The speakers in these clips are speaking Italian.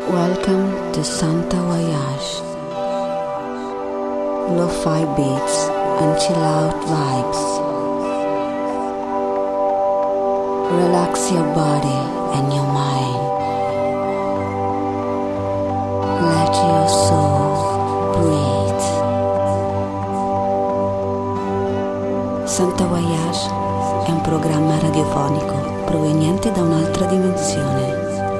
Welcome to Santa Voyage. Lo-fi beats and chill out vibes. Relax your body and your mind. Let your soul breathe. Santa Voyage è un programma radiofonico proveniente da un'altra dimensione.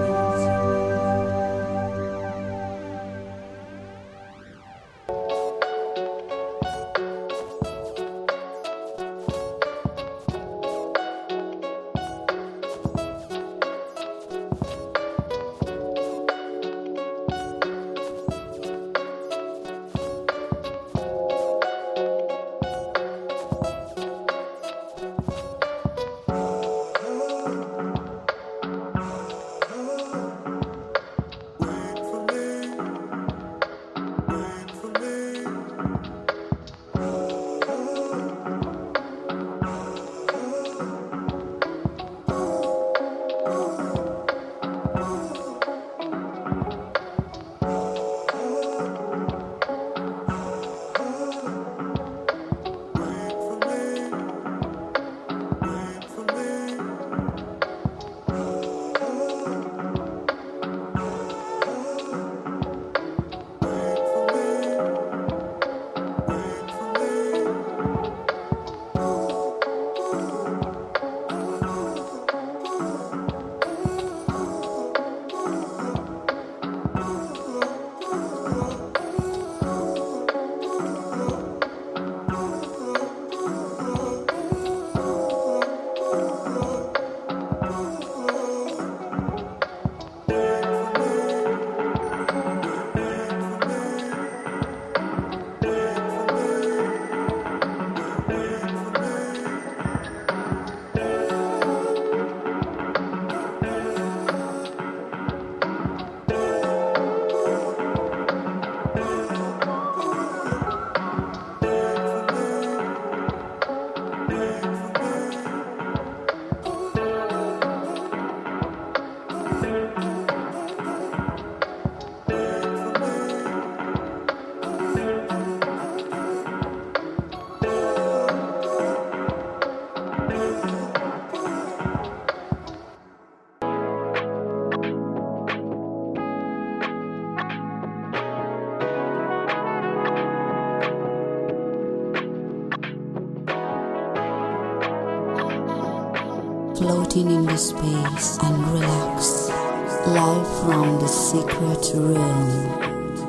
Floating in the space and relax, live from the secret room.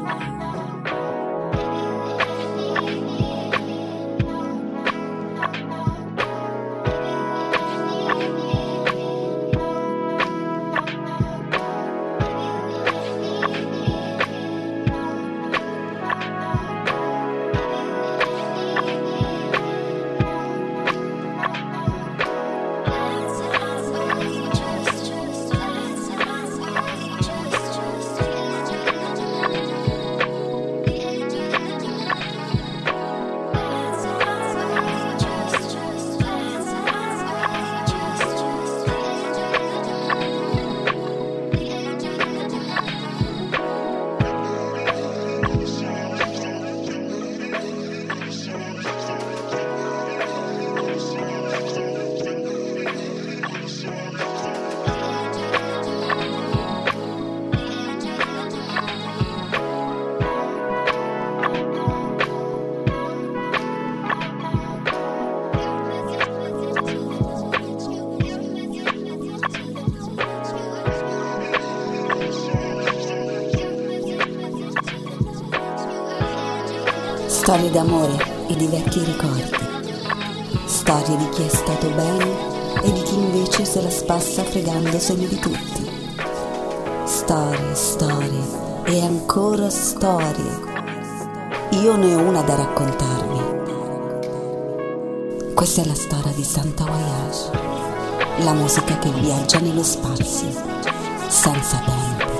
Storie d'amore e di vecchi ricordi. Storie di chi è stato bene e di chi invece se la spassa fregandosene di tutti. Storie, storie e ancora storie. Io ne ho una da raccontarvi. Questa è la storia di Santa Voyage. La musica che viaggia nello spazio, senza tempo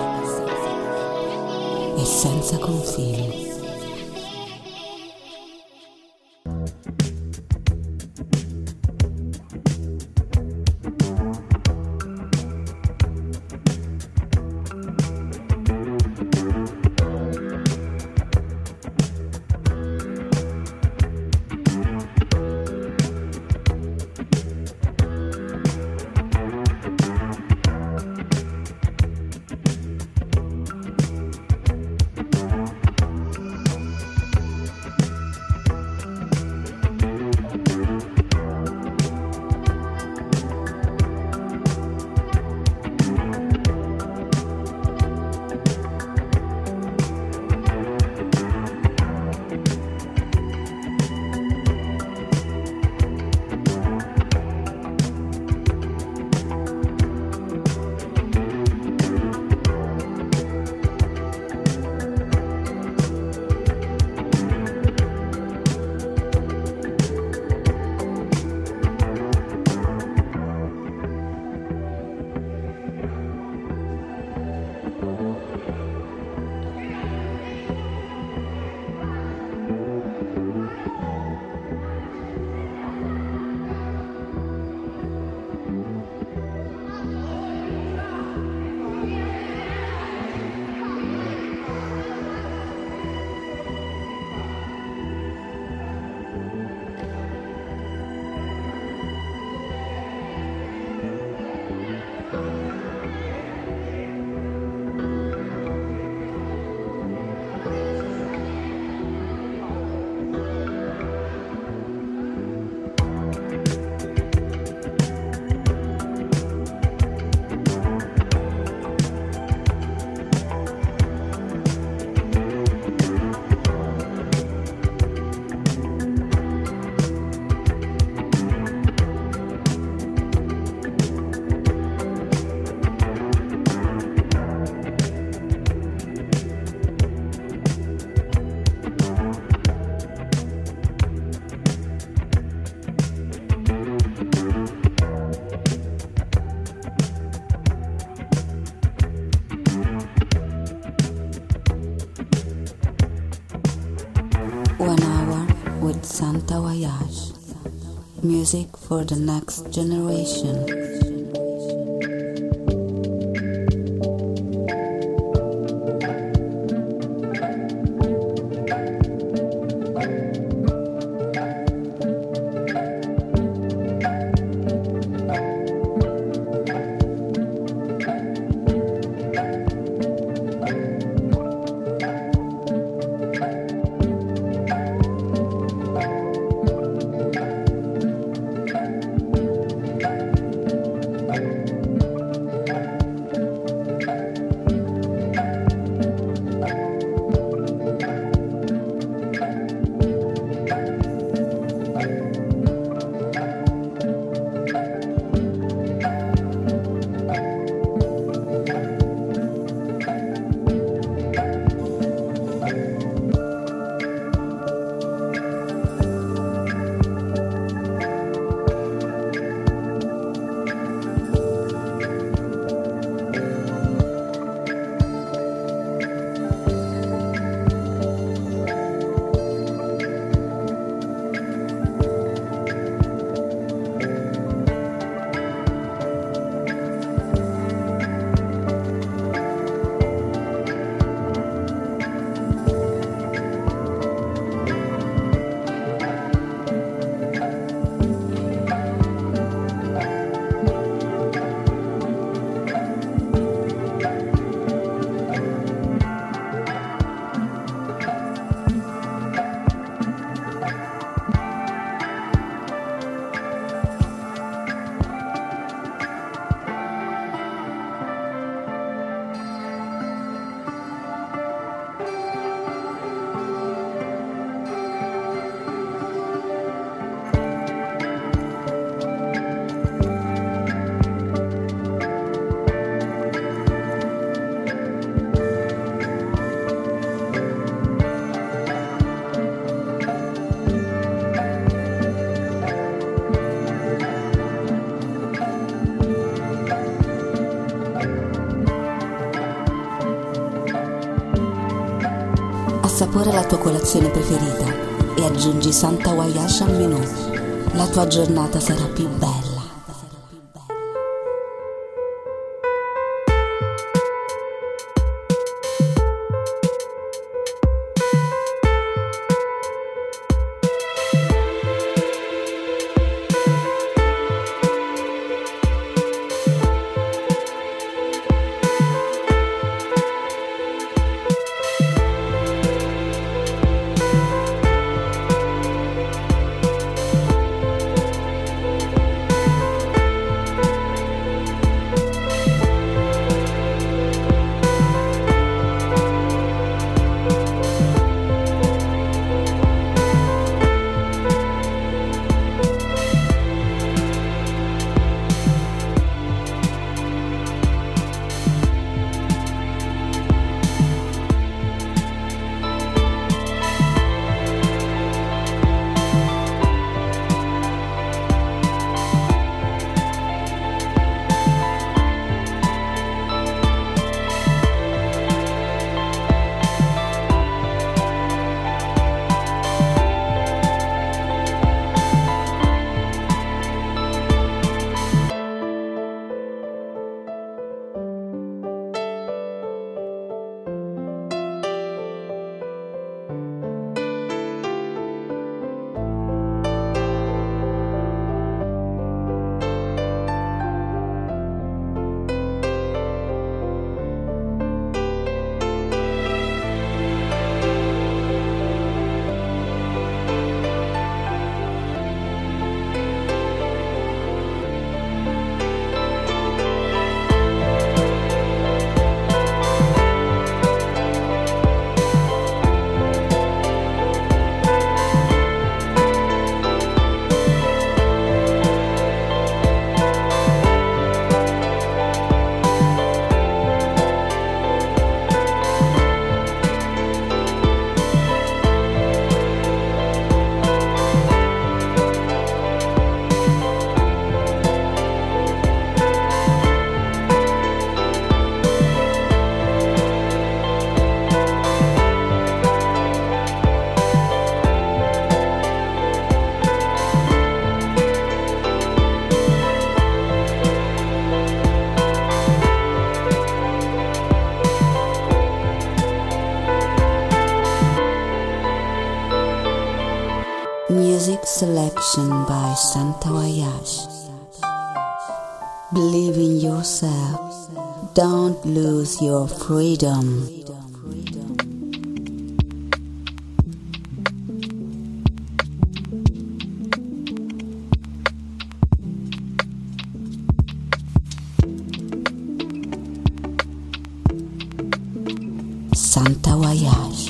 e senza confini. Music for the next generation. Assapora la tua colazione preferita e aggiungi Santa Wayash al menù. La tua giornata sarà più bella. by Santa Voyage. Believe in yourself. Don't lose your freedom. Santa Voyage.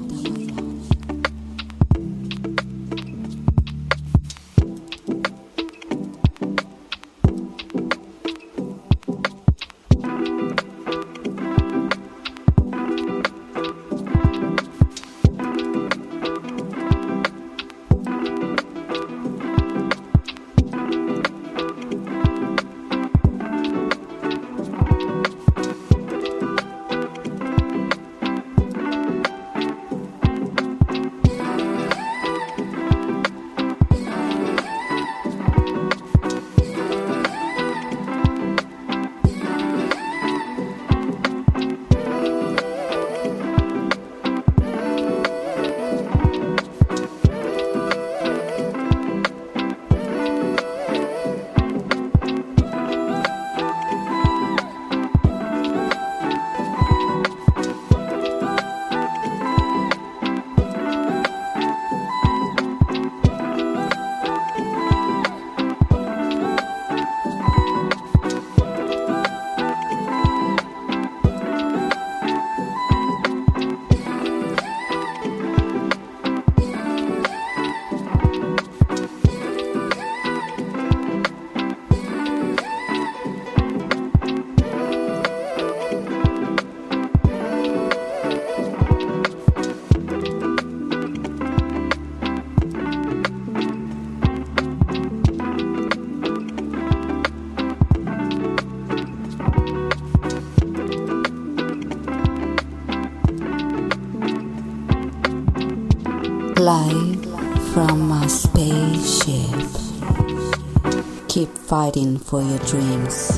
Live from a spaceship. Keep fighting for your dreams.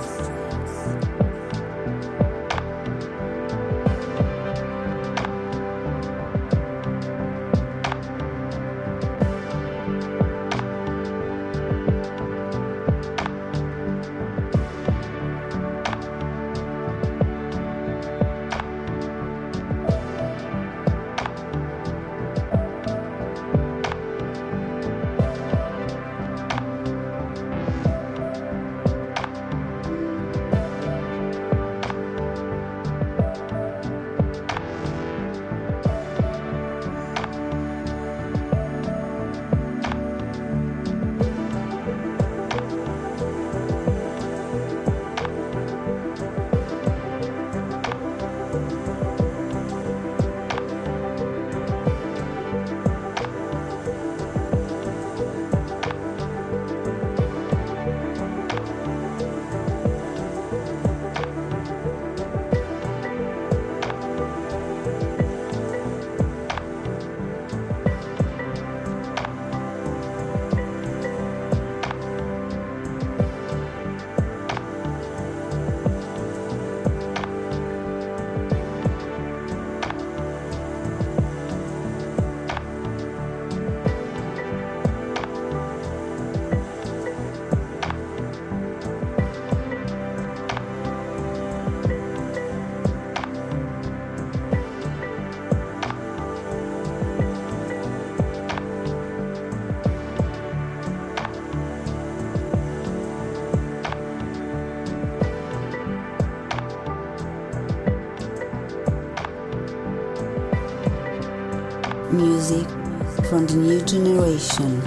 Music from the new generation.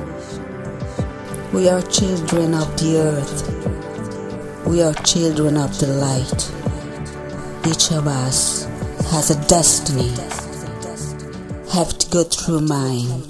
We are children of the earth. We are children of the light. Each of us has a destiny. Have to go through mine.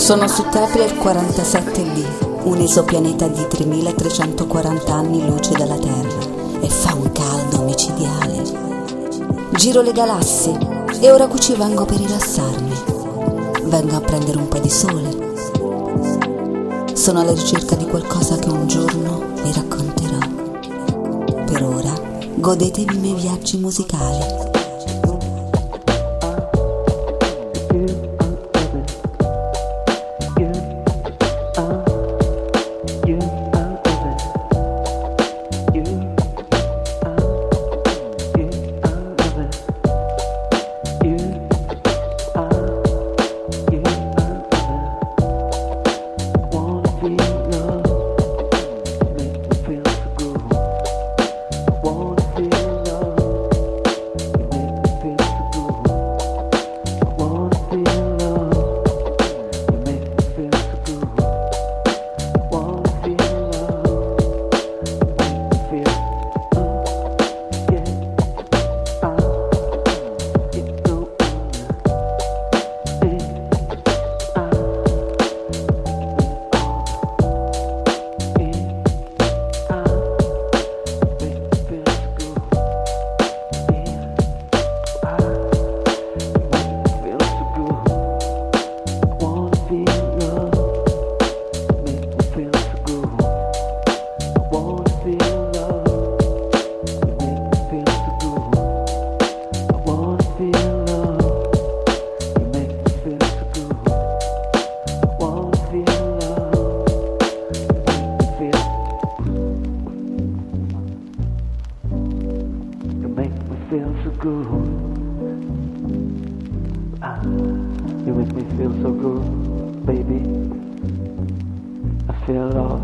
Sono su Kepler 47b, un esopianeta di 3340 anni luce dalla Terra, e fa un caldo micidiale. Giro le galassie e ora qui ci vengo per rilassarmi. Vengo a prendere un po' di sole. Sono alla ricerca di qualcosa che un giorno vi racconterò. Per ora, godetevi i miei viaggi musicali. You make me feel so good, baby. I feel love.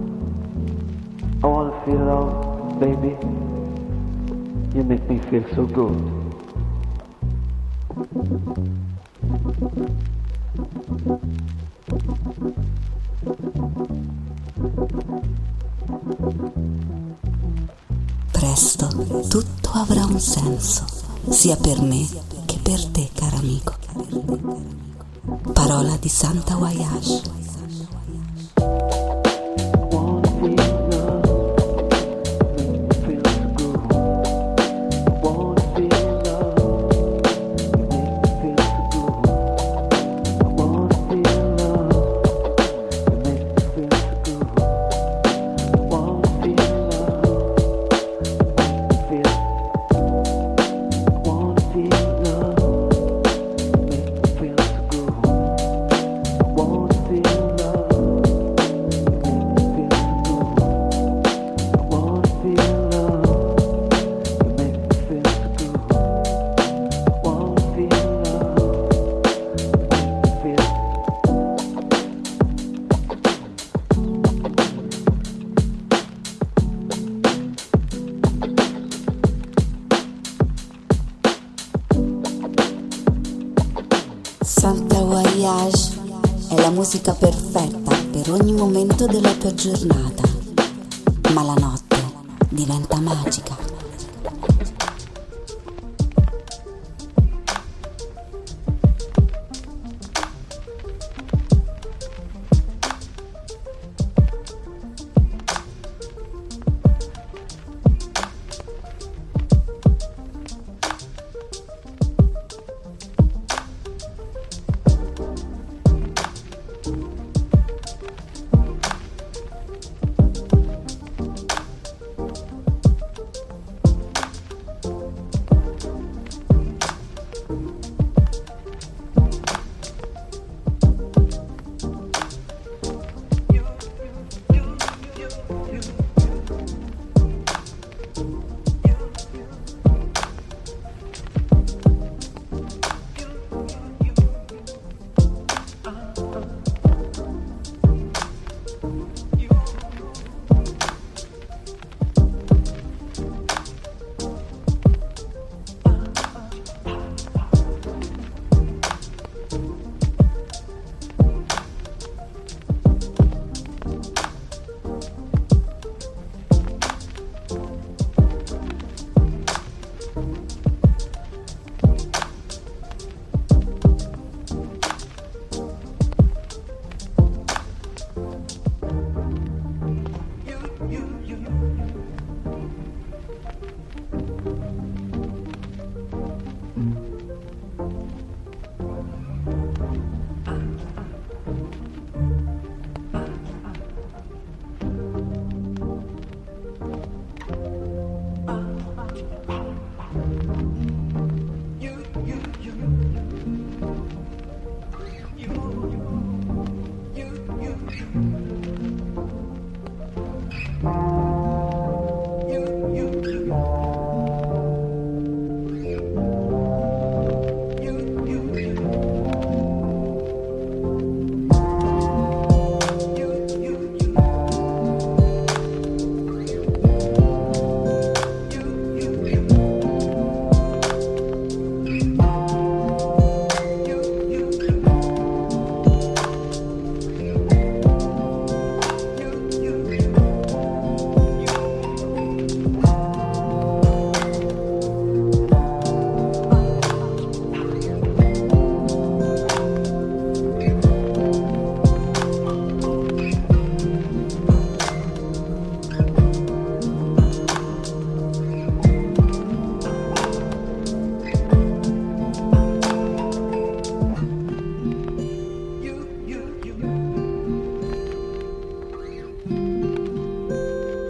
I wanna feel love, baby. You make me feel so good. Presto tutto avrà un senso, sia per me che per te, caro amico. Parola di Santa Voyage. Santa Voyage è la musica perfetta per ogni momento della tua giornata, ma la notte diventa magica.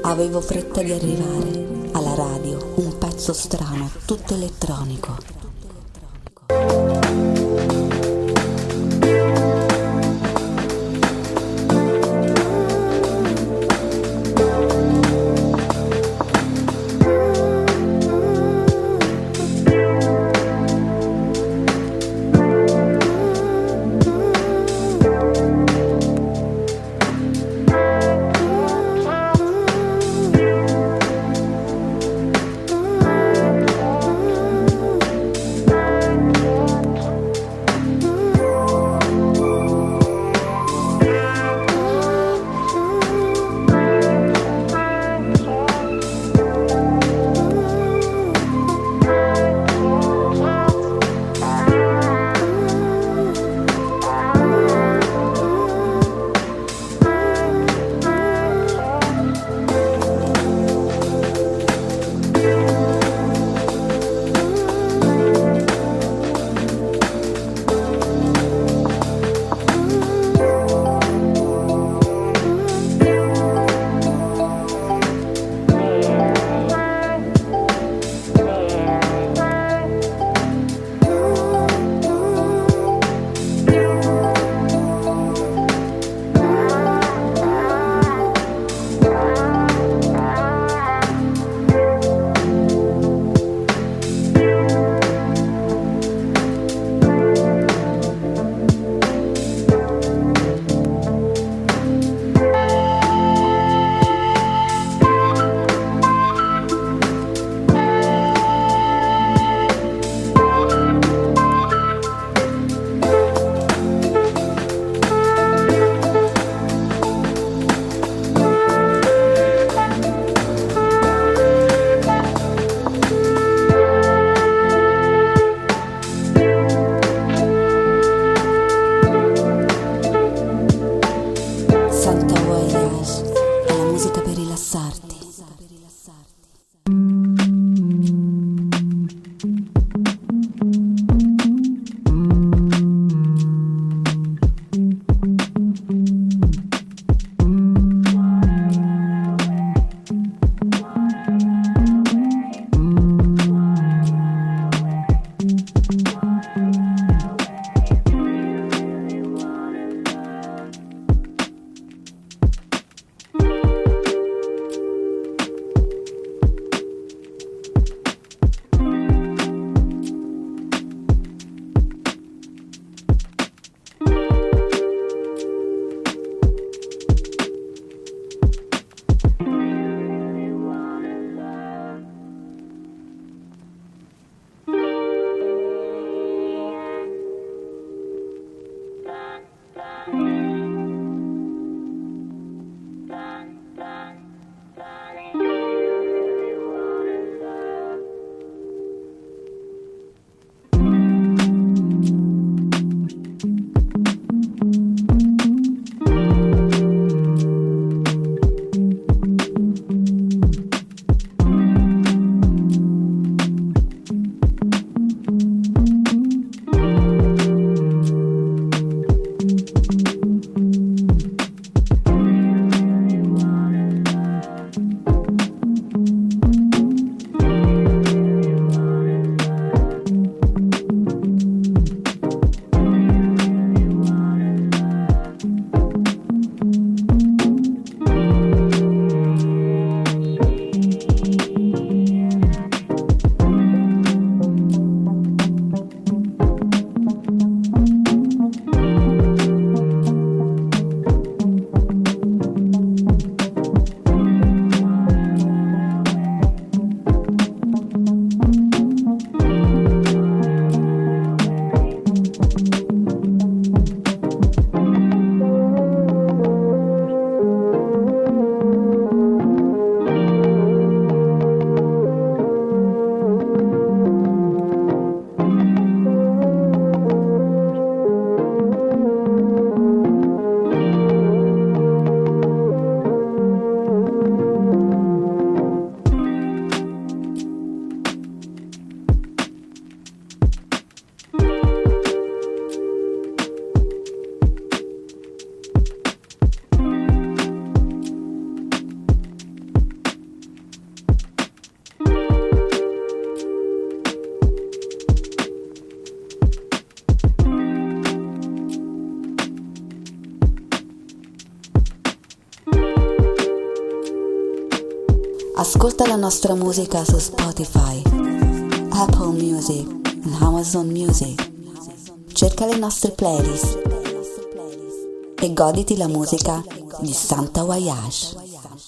Avevo fretta di arrivare alla radio, un pezzo strano, tutto elettronico. Ascolta la nostra musica su Spotify, Apple Music e Amazon Music. Cerca le nostre playlist e goditi la musica di Santa Voyage.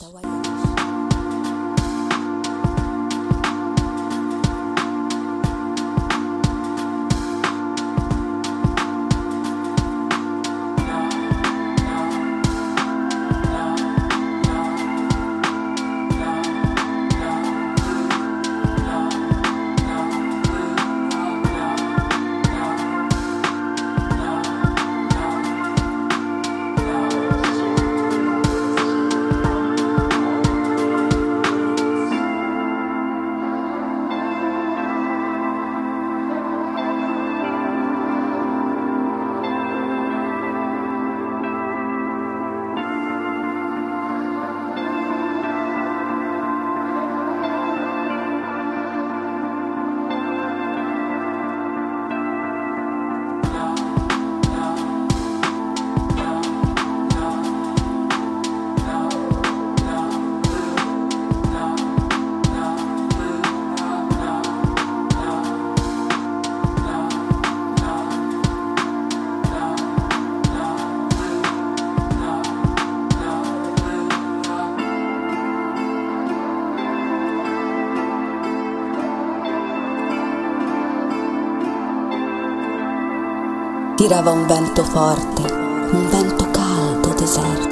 Tirava un vento forte, un vento caldo, deserto.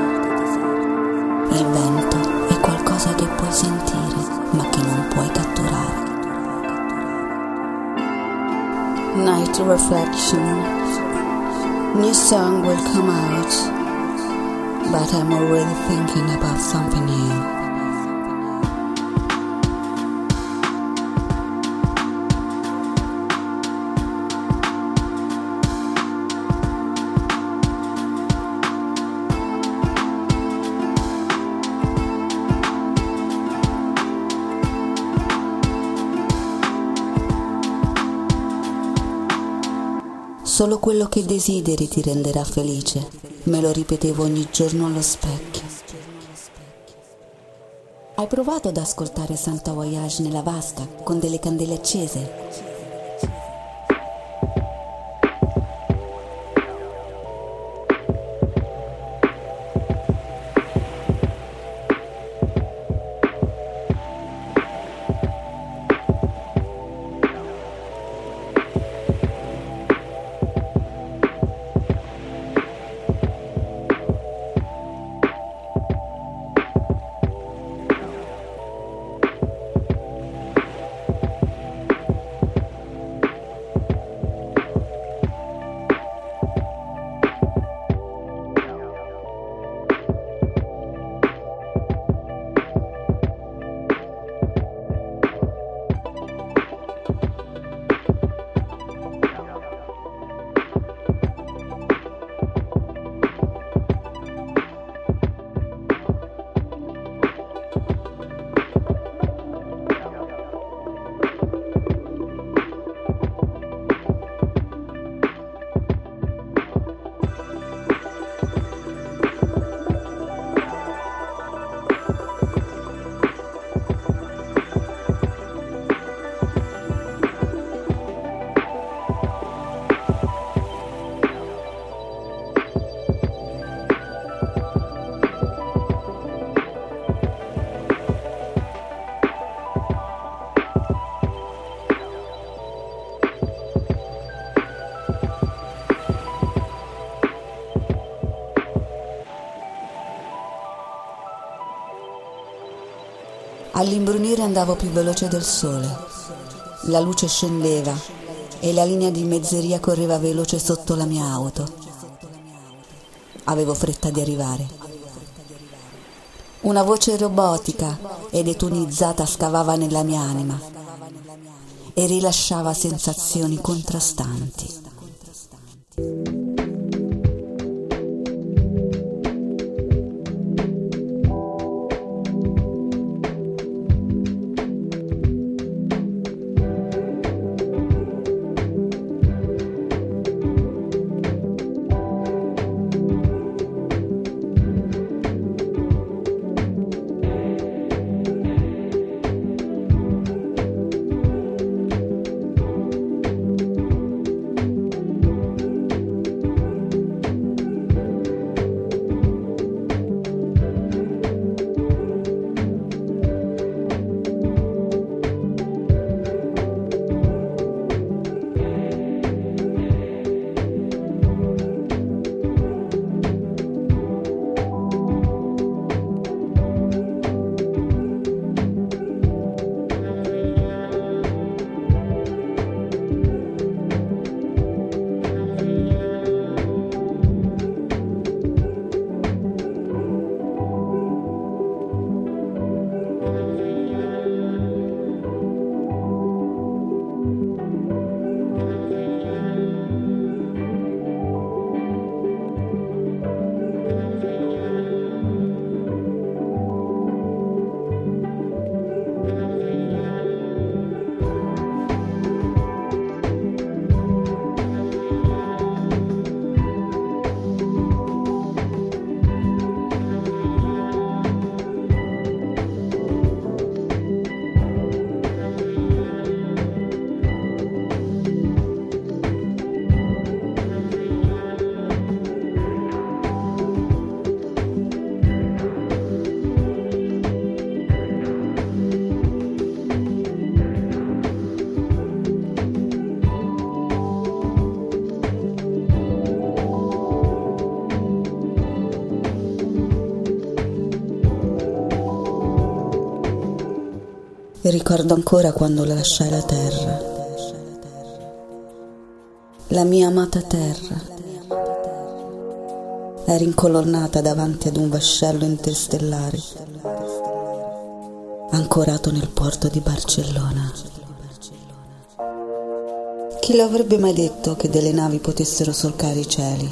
Il vento è qualcosa che puoi sentire, ma che non puoi catturare. Night reflection. New song will come out, but I'm already thinking about something new. Solo quello che desideri ti renderà felice, me lo ripetevo ogni giorno allo specchio. Hai provato ad ascoltare Santa Voyage nella vasca con delle candele accese? All'imbrunire andavo più veloce del sole. La luce scendeva e la linea di mezzeria correva veloce sotto la mia auto. Avevo fretta di arrivare. Una voce robotica ed etonizzata scavava nella mia anima e rilasciava sensazioni contrastanti. E ricordo ancora quando lasciai la terra, la mia amata terra. Eri incolonnata davanti ad un vascello interstellare, ancorato nel porto di Barcellona. Chi lo avrebbe mai detto che delle navi potessero solcare i cieli?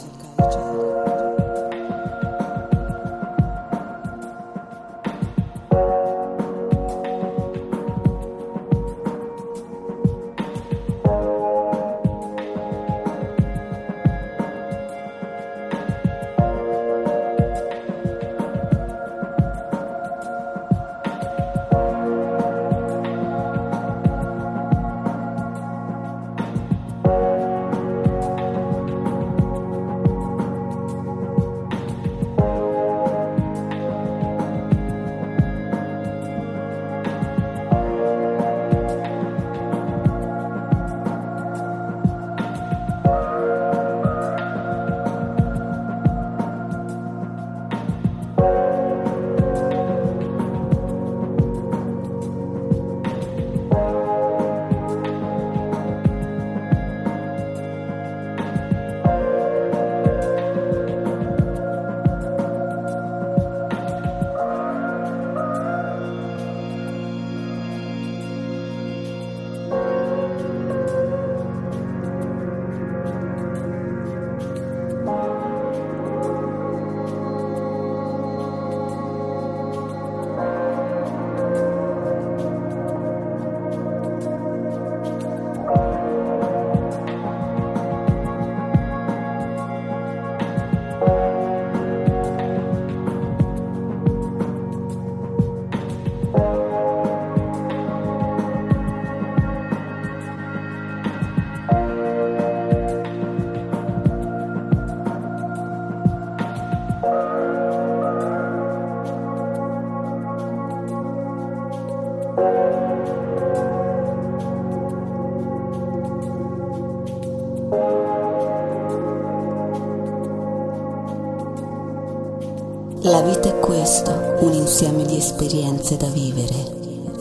La vita è questo, un insieme di esperienze da vivere.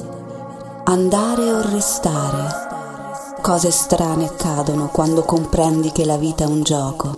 Andare o restare. Cose strane accadono quando comprendi che la vita è un gioco.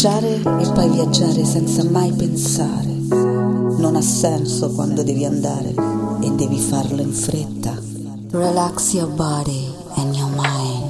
Viaggiare e poi viaggiare senza mai pensare non ha senso quando devi andare e devi farlo in fretta. Relax your body and your mind.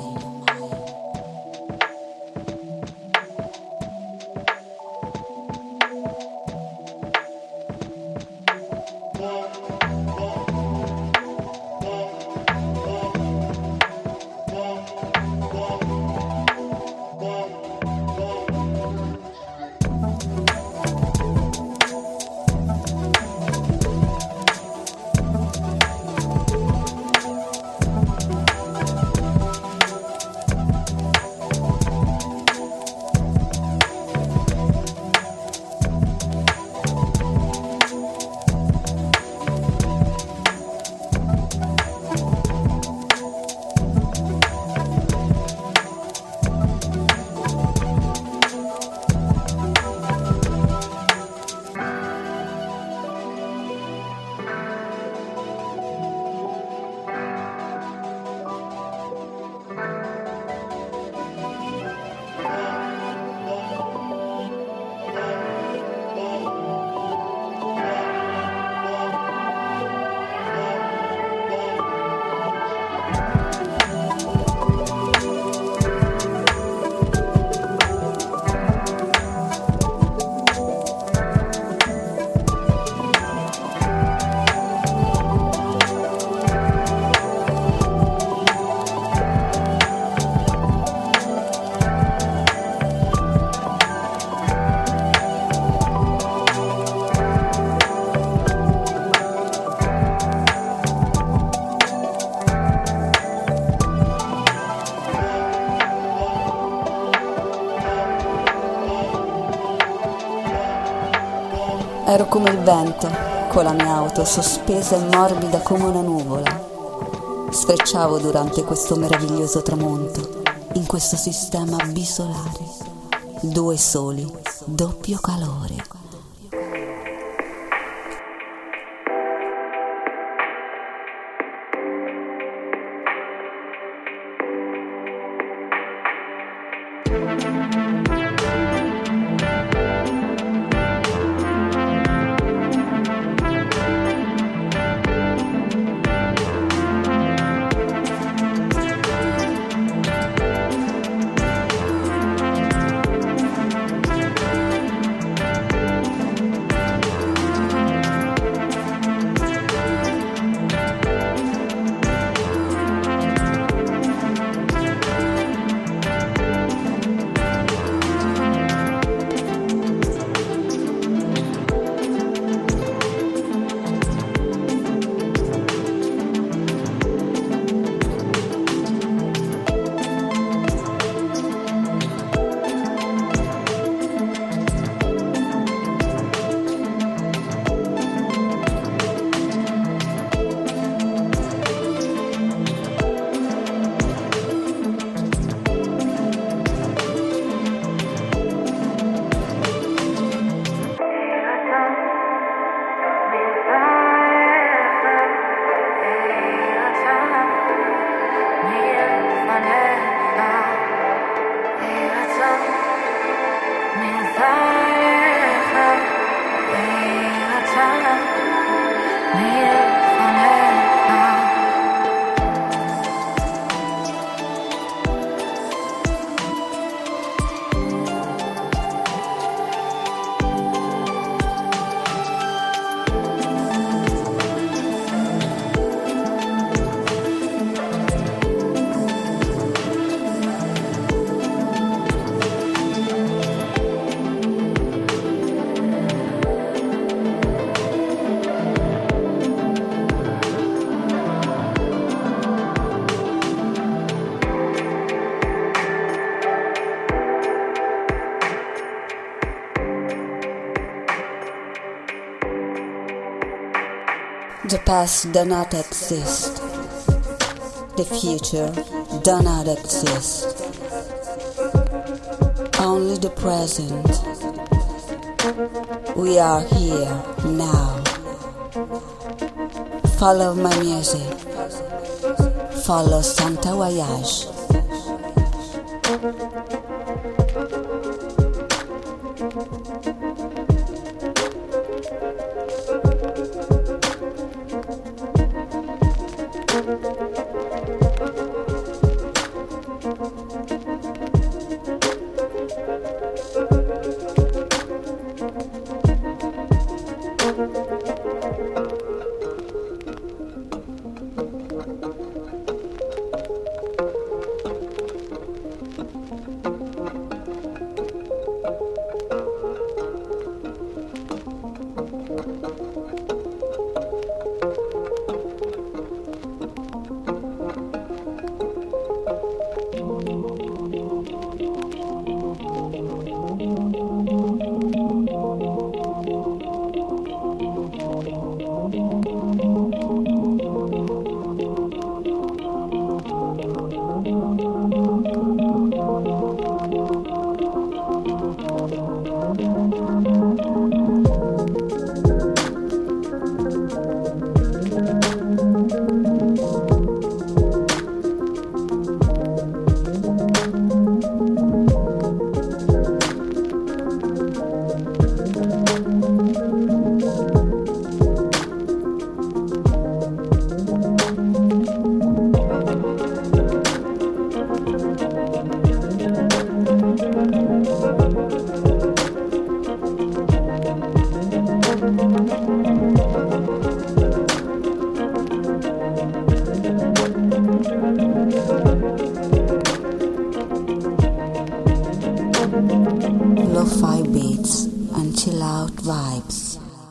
Ero come il vento, con la mia auto sospesa e morbida come una nuvola. Sfrecciavo durante questo meraviglioso tramonto, in questo sistema bisolare. Due soli, doppio calore. The past does not exist. The future does not exist. Only the present. We are here now. Follow my music. Follow Santa Voyage. Lo-fi beats and chill out vibes.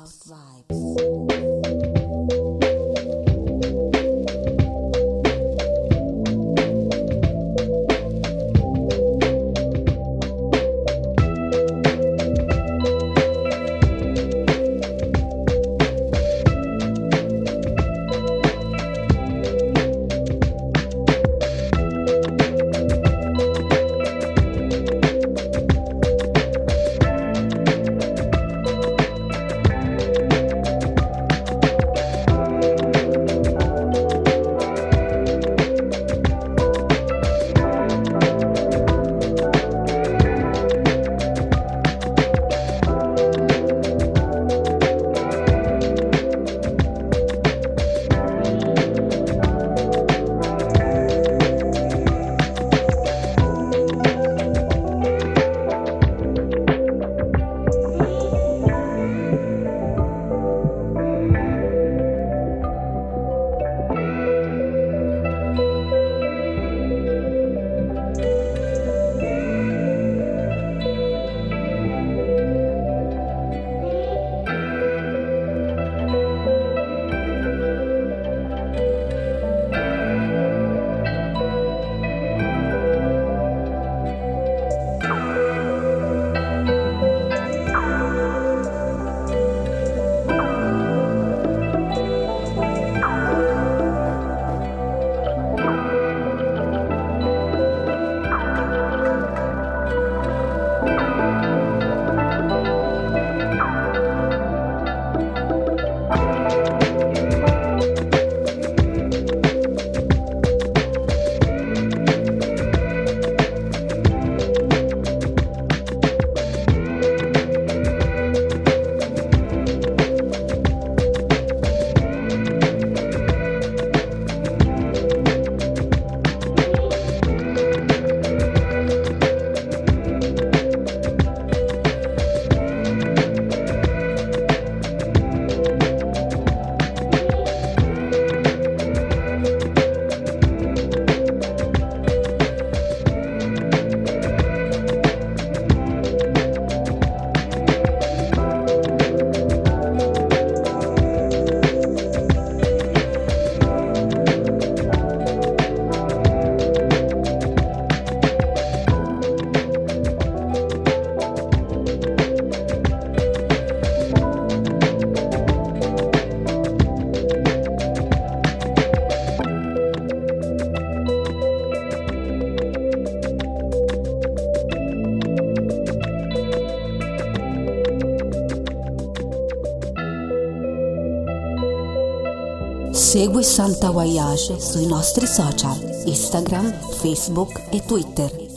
Segui Santa Voyage sui nostri social, Instagram, Facebook e Twitter.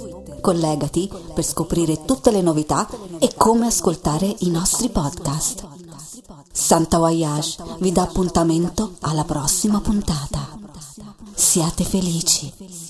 Collegati per scoprire tutte le novità e come ascoltare i nostri podcast. Santa Voyage vi dà appuntamento alla prossima puntata. Siate felici.